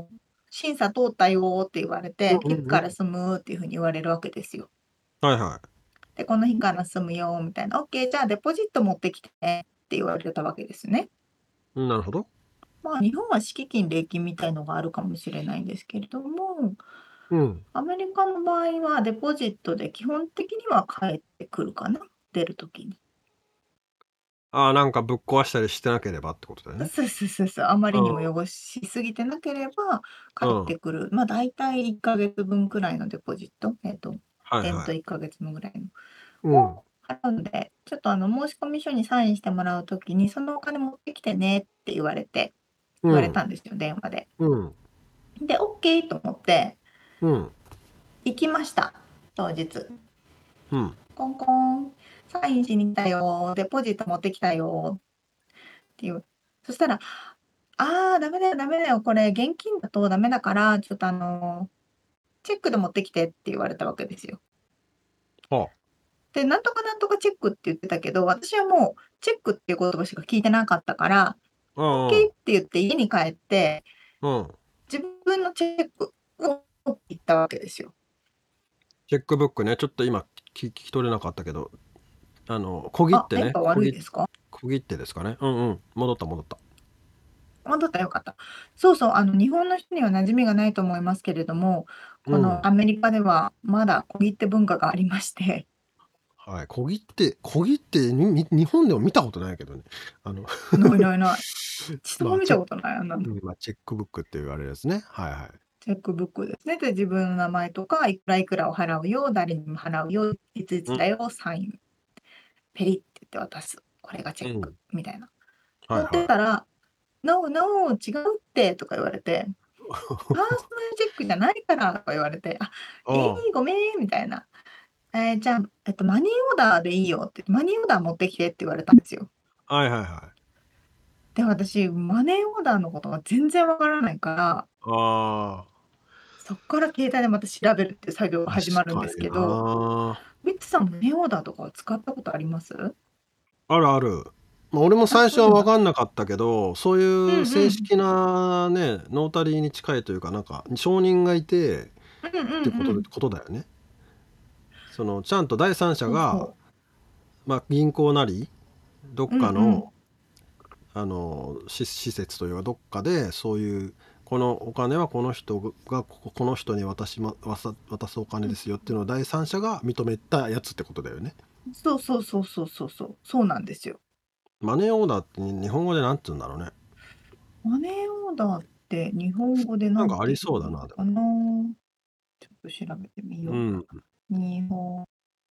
審査通ったよって言われて、
うんうんうん
いつから住むっていうふうに言われるわけですよ。
はいは
で、この日から住むよみたいな。OK、じゃあデポジット持ってきてねって言われたわけですね。
い。なるほど。
まあ日本は敷金礼金みたいのがあるかもしれないんですけれども、
うん。
アメリカの場合はデポジットで基本的には返ってくるかな、出るときに。
ああ、なんかぶっ壊したりしてなければってことだよね。
そうそうそうそう、あまりにも
うん
汚しすぎてなければ返ってくる。まあ大体いっかげつぶんくらいのデポジット、えっと、えっと
はいはい。
いっかげつのぐらいの。
うん。
を払うんで、ちょっとあの申込書にサインしてもらうときに、そのお金持ってきてねって言われて、言われたんですよ、電話で。
うん。
で、OK と思って
うん。
行きました、当日。
うん。
コンコン、サインしに行ったよ、デポジット持ってきたよっていう。そしたら、ああ、ダメだよ、ダメだよ、これ現金だとダメだから、ちょっとあの、チェックで持ってきてって言われたわけですよ。
は
で、なんとかなんとかチェックって言ってたけど、私はもうチェックっていう言葉しか聞いてなかったから、
あ。うん
OK って言って家に帰って、
うん。
自分のチェックを持って行ったわけですよ。
チェックブックね、ちょっと今聞聞き取れなかったけど、あの、小切
あ、
ってね、
電波
小切
悪いですか？
小切ってですかね。うんうん。戻った戻った。
あ、だったらよかった。そうそう、あの日本の人には馴染みがないと思いますけれども、こ
うん。
のアメリカではまだ小切手文化がありまして、
はい。小切って、小切ってにに日本でも見たことないけどね。あの、
ないないない。一度
まあ、
も見
チェッ
たことない、あんなの。
うんまあ、チェックブックって言われるやつね。はいはい。
チェックブックですね。で、自分の名前とか、いくらいくらを払うよ、誰にも払うよ、いついつだよ、サイン。ペリって言って渡す。これがチェック、みたいな。持って
はいは
たら、ノーノー、違うってとか言われて、パーソナルチェックじゃないからとか言われて、あ、
い。
え
あ
ー、ごめん、みたいな。えーじゃあ、えっと、マニーオーダーでいいよって、マニーオーダー持ってきてって言われたんですよ。
あ。はいはいはい。
で、私、マネーオーダーのことが全然わからないから、
ああ。
そこから携帯でまた調べるっていう作業が始まるんですけど、
ど。
ミッツさん、マネーオーダーとかは使ったことあります？
あるある。まあ、俺も最初は分かんなかったけど、そういう正式なね、ノータリーに近いというか、なんか証人がいて
うんうん
ってこと,、
うん。
ことだよね。そのちゃんと第三者
そう
が、
そ
まあ、銀行なりどっかの、
うんうん
あの施施設というかどっかでそういうこのお金はこの人がここの人に渡し、ま、渡渡すお金ですよっていうのを第三者が認めたやつってことだよね。
う。そうそうそうそうそうそう。そうなんですよ。
マネーオーダーって日本語でなんて言うんだろうね。
マネーオーダーって日本語で
なかあり
なんんて言
そうだな。で
うのかな。ちょっと調べてみよ
も。う
う。
ん。
日本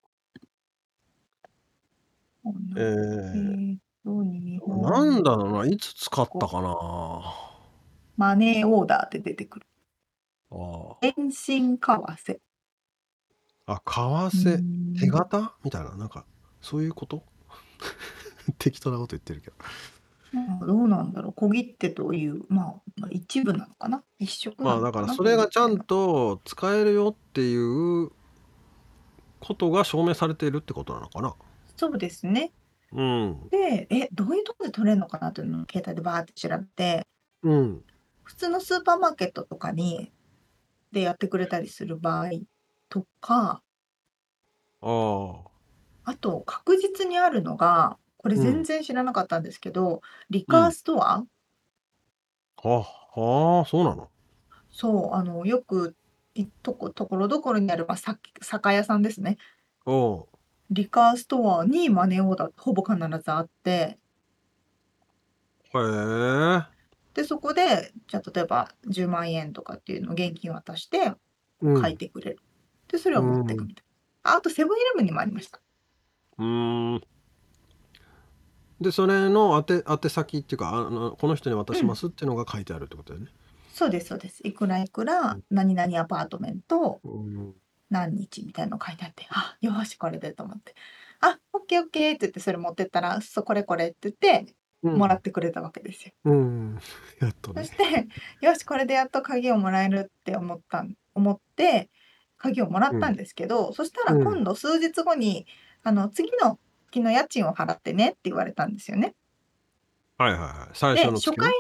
語
え
の、え
ー、
ーっと、日本
なんだろうな。いつ使ったかな。
マネーオーダーって出てくる。
あ
遠心為替。
あ。あ、為替、手形みたいな、なんかそういうこと適当なこと言ってるけど。
うんどうなんだろう。小切手という、まあ、まあ一部なのかな。一色
まあ
なのかな。
だからそれがちゃん
小切手の
と使えるよっていうことが証明されているってことなのかな。
そうですね。
うん。
で、え、どういうところで取れるのかなというのを携帯でバーって調べて、
うん。
普通のスーパーマーケットとかにでやってくれたりする場合とか、
ああ。
あと確実にあるのが、これ
うん
全然知らなかったんですけど、リカーストア、
あ、はあ、そうなの。
そう、あの、よくいとこ、ところどころにある、まあ、さ酒屋さんですね。
おう。
リカーストアにマネーオーダーほぼ必ずあって、
へえ。
で、そこで、じゃあ例えばじゅうまんえんとかっていうのを現金渡して
うん。
書いてくれる。で、それを持ってくみたいな。ああとセブンイレブンにもありました。
うーん。で、それの宛て、宛先っていうか、あの、この人に渡しますっていうのが書いてあるってことだよね。
そうです、そうです。いくらいくら、何々アパートメント、
うん。
何日みたいなの書いてあって、あ、よし、これでと思って。あ、オッケーオッケーって言ってそれ持ってったら、そう、これこれって言って、
うん
もらってくれたわけですよ。
うん。やっとね。
そして、よし、これでやっと鍵をもらえるって思ったん、思って、鍵をもらったんですけど、そしたら
うん
今度数日後に、あの、次の月の家賃を払ってねって言われたんですよね。
はいはいはい。最
で、
初の月は
初回、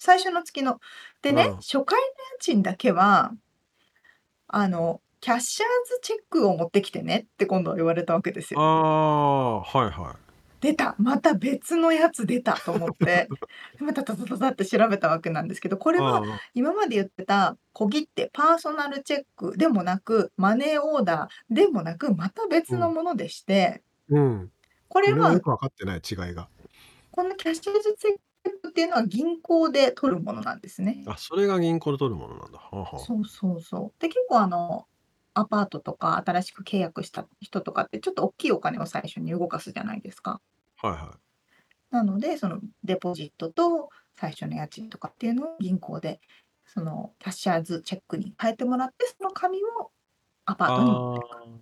最初の月の。でね、
うん
初回の家賃だけは、あの、キャッシャーズチェックを持ってきてねって今度は言われたわけです
あ
よ。
あ、はいは
出た、また別のやつ出たと思って、またタタタタって調べたわけなんですけど、こ
い。
れは
あ
今まで言ってた小切手パーソナルチェックでもなく、マネーオーダーでもなく、また別のものでして、
あ、うん。
これは
俺はよく分かってない違いが。
このキャッシャーズチェックっていうのは銀行で取るものなんですね。
あ、それが銀行で取るものなんだ。はあは
そうそうそう。で、結構あの、アパートとか新しく契約した人とかってちょっと大きいお金を最初に動かすじゃないですか。
あ、はいは
なので、そのデポジットと最初の家賃とかっていうのを銀行で、そのキャッシャーズチェックに変えてもらって、その紙をアパ
い。
ートに持っていく。
ああ。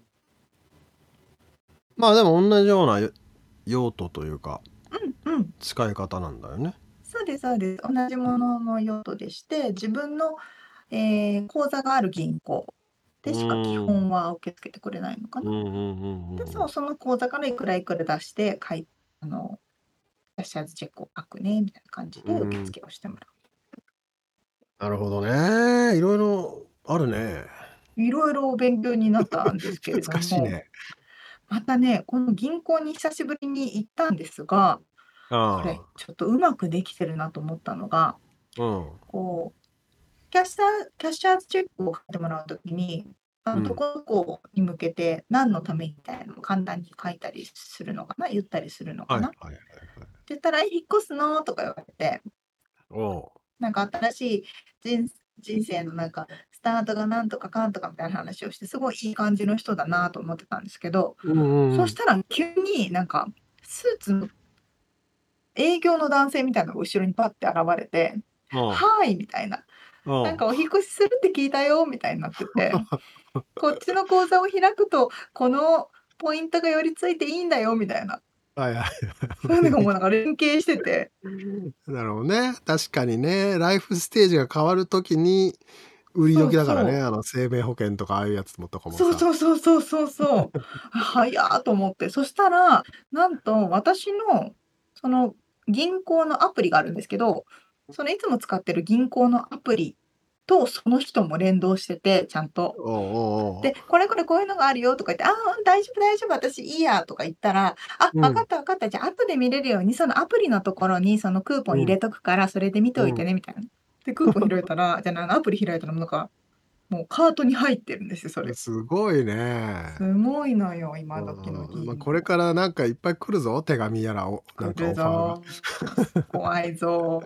まあでも同じようなよ用途というか
うんうん。
使い方なんだよね。
そうです、そうです。同じものの用途でして、自分の、えー口座がある銀行でしか基本は受け付けてくれないのかな。
うんうんうんうん。
で、そう、その口座からいくらいくら出して、かいあのキャッシャーズチェックを書くねみたいな感じで受付をしてもら
なるほどね。いろいろあるね。
う。いろいろ勉強になったんですけれども、
難しいね。
またね、この銀行に久しぶりに行ったんですが、こ
あ
れちょっとうまくできてるなと思ったのが、
あ。うん。
こうキャッシャーキャッシャーズチェックを書いてもらうときに、あ
うん
のどこどこに向けて何のためみたいなのを簡単に書いたりするのかな、言ったりするのかな。って
はいはいはいはい。
言ったら、引っ越すのとか言われて、
おう。
なんか新しい人人生のなんかスタートがなんとかかんとかみたいな話をして、すごいいい感じの人だなと思ってたんですけど、
うんうんうん。
そしたら急になんかスーツの営業の男性みたいなのが後ろにパッて現れて、
うん
はーいみたいな、
うん
なんかお引っ越しするって聞いたよみたいになってて、こっちの口座を開くとこのポイントがよりついていいんだよみたいな、
はいはい。
そういうのがもうなんか連携してて、
なるほどね。確かにね、ライフステージが変わるときに売り時だからね、
そうそう
あの生命保険とかああいうやつもとかもさ。
そうそうそうそうそうそう。あ早ーと思って。そしたら、なんと私のその銀行のアプリがあるんですけど、そのいつも使ってる銀行のアプリとその人も連動してて、ちゃんと。
おうおうおう。
で、これこれこういうのがあるよとか言って、ああ、大丈夫大丈夫、私いいやとか言ったら、あ、
うん
分かった分かった、じゃあ後で見れるように、そのアプリのところにそのクーポン入れとくから、それで見ておいてね、みたいな。で、クーポン開いたら、じゃああのアプリ開いたら、なんか、もうカートに入ってるんですよ、それ。
すごいね。
すごいのよ、今時の
うんまあ、
銀行。
これからなんかいっぱい来るぞ、手紙やらおなんか
来る
オファーが。
ぞ。怖いぞ。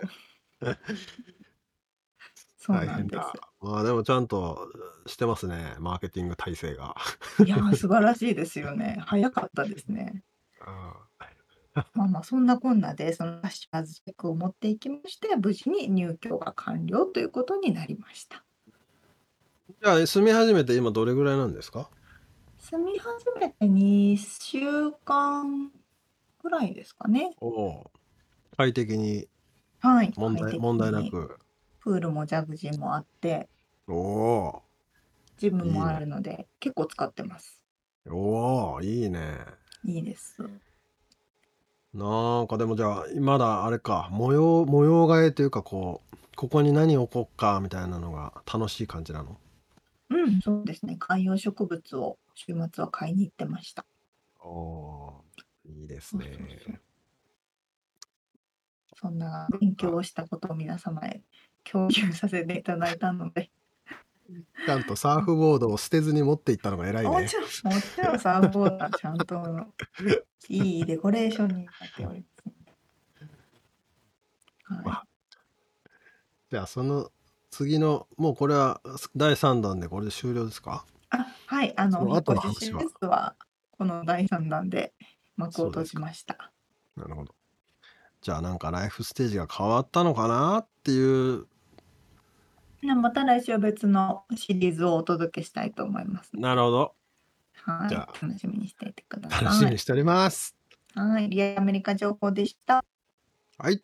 そう
大変
なんです。
だ。まあでもちゃんとしてますね、マーケティング体制が。
いやー、素晴らしいですよね。早かったですね。まあまあ、そんなこんなで、そのキャッシャーズチェックを持っていきまして、無事に入居が完了ということになりました。
じゃあ住み始めて今どれぐらいなんですか？
住み始めてにしゅうかんぐらいですかね。
おおー、快適に
はい。
問題
快適に
問題なく。
プールもジャグジーもあって、
おお
ジムもあるので、結構使ってます。
ー、おお、いいね。
いいです。
なんかでもじゃあまだあれか、模様模様替えというか、こうここに何置こっかみたいなのが楽しい感じなの？
うん、そうですね。観葉植物を週末は買いに行ってました。
おおー、いいです
そうそう
ね。
そう。そんな勉強をしたことを皆様へ共有させていただいたので、
ちゃんとサーフボードを捨てずに持っていったのが偉いね。
もちろん、もちろんサーフボードはちゃんといいデコレーションになっております。は
あじゃあその次のもうこれはだいさんだんでこれで終了ですか？
い。あ、はい、あの、
その
引っ
後の話は
越し手術はこのだいさんだんで幕を閉じました。
なるほど。じゃあなんかライフステージが変わったのかなっていう。
なまた来週は別のシリーズをお届けしたいと思いますので、
なるほど。
はい、
じゃあ
楽しみにしていてください。
楽しみにしております。
はい、リアアメリカ情報でした。
はい。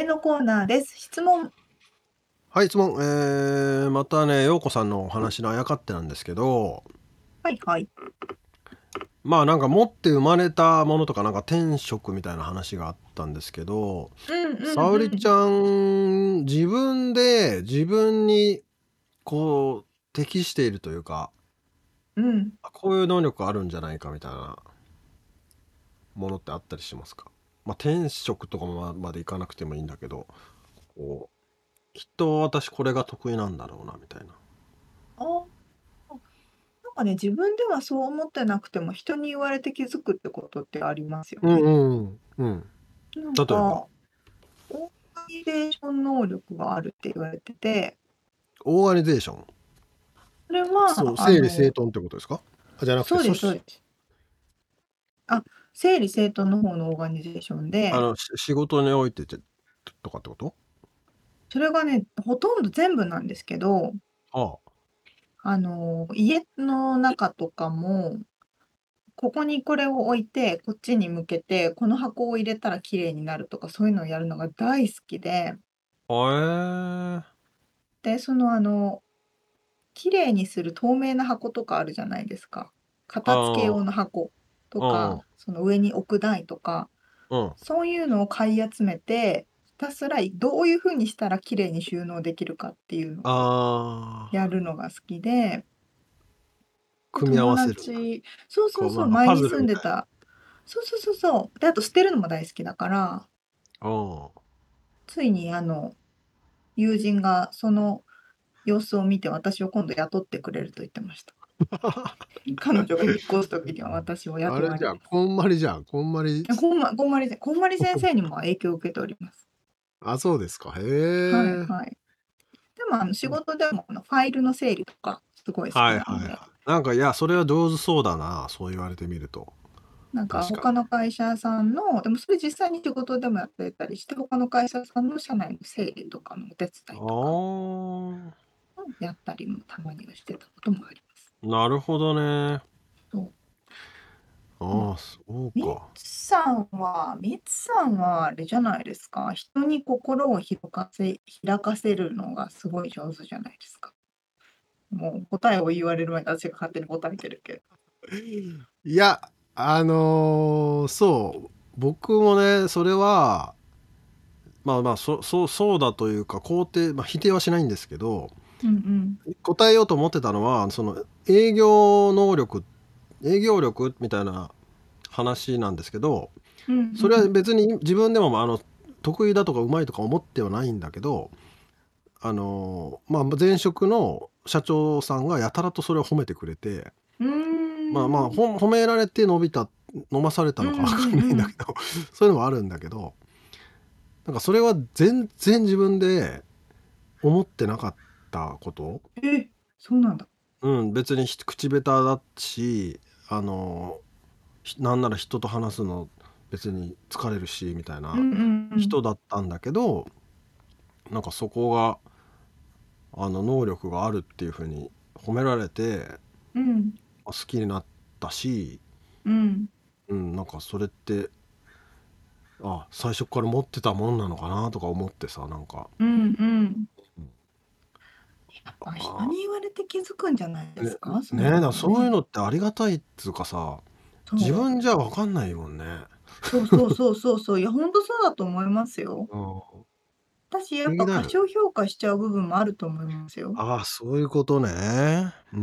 上のコーナーです。質問。
はい、質問。えー、またね、陽子さんのお話のあやかってなんですけど、
はいはい。
まあなんか持って生まれたものとかなんか天職みたいな話があったんですけど、
うんうん
沙織ちゃん、自分で自分にこう適しているというか、
うん。
あこういう能力あるんじゃないかみたいなものってあったりしますか？まあ天職とかままでいかなくてもいいんだけど、こうきっと私これが得意なんだろうなみたいな。
あーなんかね、自分ではそう思ってなくても人に言われて気づくってことってありますよね。
うんうんうん。
なん
例えば
か、オーガニゼーション能力があるって言われてて、
オーガニゼーション。
それ
そう、
は、あ
整理整
の、
頓ってことですか？あじゃなくて
そうです、そう
組織。
です。あ、整理整頓の方のオーガニゼーション
あ
で、
のし仕事においててとかってこと？
それがね、ほとんど全部なんですけど、
あ
あの、家の中とかも、ここにこれを置いて、こっちに向けて、この箱を入れたら綺麗になるとか、そういうのをやるのが大好きで、
あ。へえ。
で、その、あの、綺麗にする透明な箱とかあるじゃないですか。片付け用
あ
の箱と
あ。
か、その上に置く台とか、
うん。うん。
そういうのを買い集めて、ひたすらどういう風にしたら綺麗に収納できるかっていうのを
ああ。
やるのが好きで、で、
組み合
友
わせるんだ。
達そうそ
こう
うそう、
なんかパ
前に
ズルみたい
住んでたそうそうそうそう。で、あと捨てるのも大好きだから、
な。うん。
ついにあの、友人がその様子を見て私を今度雇ってくれると言ってました。彼女が引っ越す時には私を
あれじゃあ、
雇われる。
こんまりじゃん。こんまり。
こんまこんまりせこんまり先生にも影響を受けております。
あ、そうですか。へえ。
はいはい。でもあの仕事でもあのファイルの整理とかすごい好き
はい
なので、
はいはい。なんかいや、それは上手そうだな。そう言われてみると。
なんか
確かに。
他の会社さんの、でもそれ実際に仕事でもやってたりして、他の会社さんの社内の整理とかのお手伝いとか
あ
をやったりもたまにはしてたこともあります。
あ。なるほどね。
そう
ああ、そう
ミ
か。
ツさんは、ミツさんはあれじゃないですか。人に心を開かせ、開かせるのがすごい上手じゃないですか。もう答えを言われる前に私が勝手に答えてるけど。
いや、あのーそう、僕もね、それは、まあまあ、そ、そう、そうだというか、肯定、まあ、否定はしないんですけど、
うん
答えようと思ってたのは、その営業能力、営業力みたいな話なんですけど、
うん。うん
それは
うん。
別に自分でもあの得意だとかうまいとか思ってはないんだけど、あのーまあ前職の社長さんがやたらとそれを褒めてくれて、
うー
まあまあ
ん。
ほん褒められて伸びた、飲まされたのか
うん
わかん
うんうん。
ないんだけど、そういうのもあるんだけど、なんかそれは全然自分で思ってなかったこと。
え、そうなんだ。
うん、別にひ口下手だし、あのひなんなら人と話すの別に疲れるしみたいな
うんうんうん。
人だったんだけど、なんかそこがあの能力があるっていう風に褒められて
うん
好きになったし、
うん。
うん、なんかそれってあ最初から持ってたもんなのかなとか思ってさ、なんか、
うんうん。
うん
やっぱ人
あ
に言われて気づくんじゃないで
ね
すか、そう
ねえ、だ
いう
からそういう
のはね。
のってありがたいっつうかさ、自
そう。
分じゃ分かんないもんね。
そうそうそうそうそう。いや、ほんとそうだと思いますよ。
うん、不
私やっぱ
思議だよね。
過小評価しちゃう部分もあると思いますよ。
ああ、そういうことね。うん。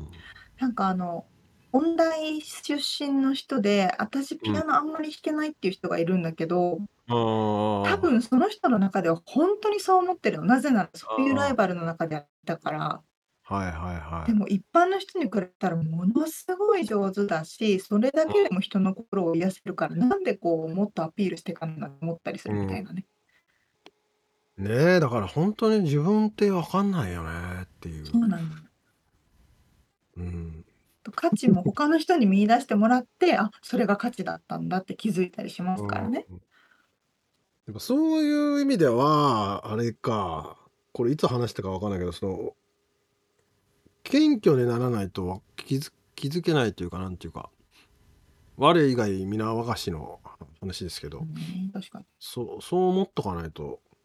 なんかあの、音大出身の人で、私
うん。
ピアノあんまり弾けないっていう人がいるんだけど、多
あ
分その人の中ではほんとにそう思ってるの。なぜならそ
あ、
ういうライ
あ
バルの中でやったから。
あ、はいはいはい。
でも一般の人に比べたらものすごい上手だし、それだけでも人の心を癒せるから、なんでこうもっとアピールしてかなと思ったりす
うん。
るみたいなね。
ねえ、だから本当に自分って分かんないよねっていう。
そうなの。
うん。
価値も他の人に見出してもらって、あ、それが価値だったんだって気づいたりしま
う
すからね。
ん。やっぱそういう意味では、あれか、これいつ話したか分かんないけど、その、謙虚にならないと気づ気づけないというか、なんていうか、我以外皆我がしの話ですけど、
ね、確かに。
そう、そう思っとかないと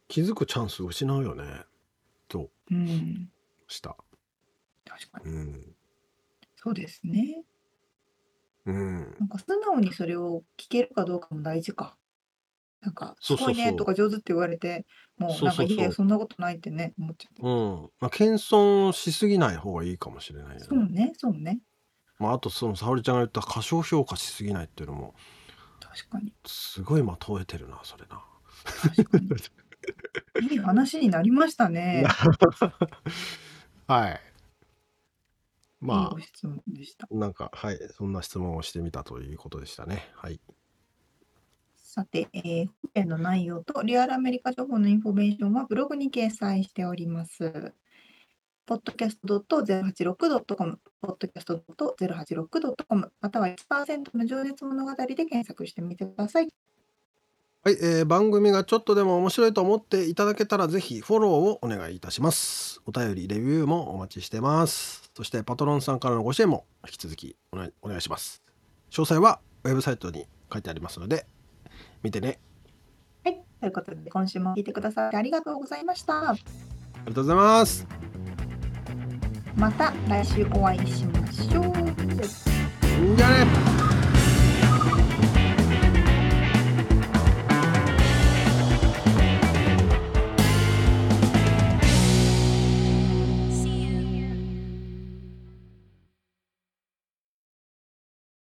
気づくチャンスを失うよねと
うん。
した。
確かに。
うん。
そうですね。
うん。
なんか素直にそれを聞けるかどうかも大事か。なんか、すごいね
そうそうそう。
とか上手って言われて、もう
そう
なんか、いやいや、
そうそう。
そんなことないってね、思っちゃって。
うん。まあ、謙遜しすぎない方がいいかもしれないよね。
そうね、そうね。
まあ、あとその沙織ちゃんが言った過小評価しすぎないっていうのも
確かに。
すごいまとえてるなそれな。
確かに。いい話になりましたね。
はい。
いい
ま
ご質問でした。
あなんかはいそんな質問をしてみたということでしたね。はい。
さて、えー、本編の内容とリアルアメリカ情報のインフォメーションはブログに掲載しております。ポッドキャスト ドットゼロはちろく ドットコム、ポッドキャスト ドットゼロはちろく ドットコム、またはいちパーセント の情熱物語で検索してみてください。
はい、えー番組がちょっとでも面白いと思っていただけたらぜひフォローをお願いいたします。お便りレビューもお待ちしてます。そしてパトロンさんからのご支援も引き続きお,、ね、お願いします。詳細はウェブサイトに書いてありますので見てね。
はい、ということで今週も聞いてくださってありがとうございました。
ありがとうございます。
また来週お会いしましょう。
じゃあね。